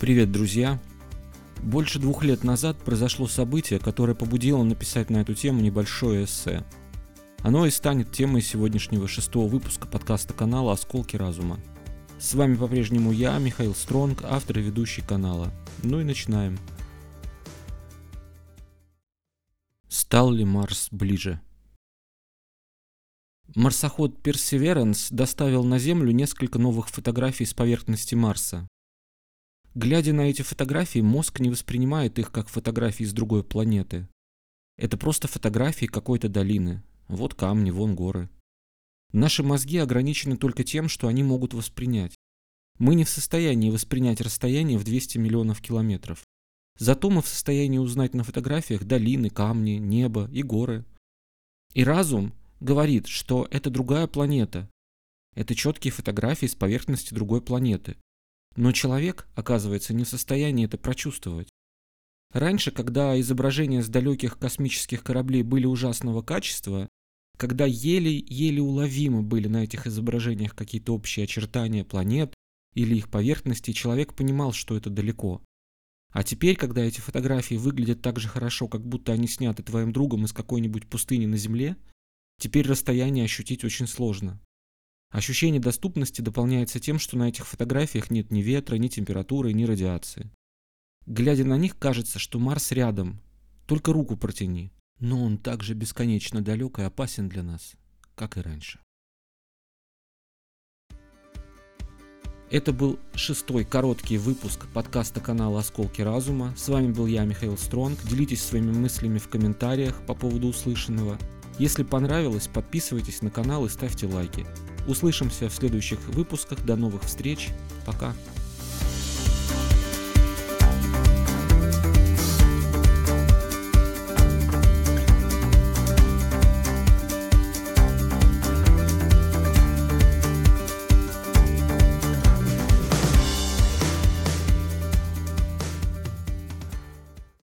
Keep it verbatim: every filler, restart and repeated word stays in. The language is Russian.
Привет, друзья! Больше двух лет назад произошло событие, которое побудило написать на эту тему небольшое эссе. Оно и станет темой сегодняшнего шестого выпуска подкаста канала «Осколки разума». С вами по-прежнему я, Михаил Стронг, автор и ведущий канала. Ну и начинаем. Стал ли Марс ближе? Марсоход Perseverance доставил на Землю несколько новых фотографий с поверхности Марса. Глядя на эти фотографии, мозг не воспринимает их как фотографии с другой планеты. Это просто фотографии какой-то долины. Вот камни, вон горы. Наши мозги ограничены только тем, что они могут воспринять. Мы не в состоянии воспринять расстояние в двести миллионов километров. Зато мы в состоянии узнать на фотографиях долины, камни, небо и горы. И разум говорит, что это другая планета. Это четкие фотографии с поверхности другой планеты. Но человек, оказывается, не в состоянии это прочувствовать. Раньше, когда изображения с далеких космических кораблей были ужасного качества, когда еле-еле уловимы были на этих изображениях какие-то общие очертания планет или их поверхности, человек понимал, что это далеко. А теперь, когда эти фотографии выглядят так же хорошо, как будто они сняты твоим другом из какой-нибудь пустыни на Земле, теперь расстояние ощутить очень сложно. Ощущение доступности дополняется тем, что на этих фотографиях нет ни ветра, ни температуры, ни радиации. Глядя на них, кажется, что Марс рядом, только руку протяни. Но он также бесконечно далек и опасен для нас, как и раньше. Это был шестой короткий выпуск подкаста канала «Осколки разума». С вами был я, Михаил Стронг. Делитесь своими мыслями в комментариях по поводу услышанного. Если понравилось, подписывайтесь на канал и ставьте лайки. Услышимся в следующих выпусках. До новых встреч. Пока.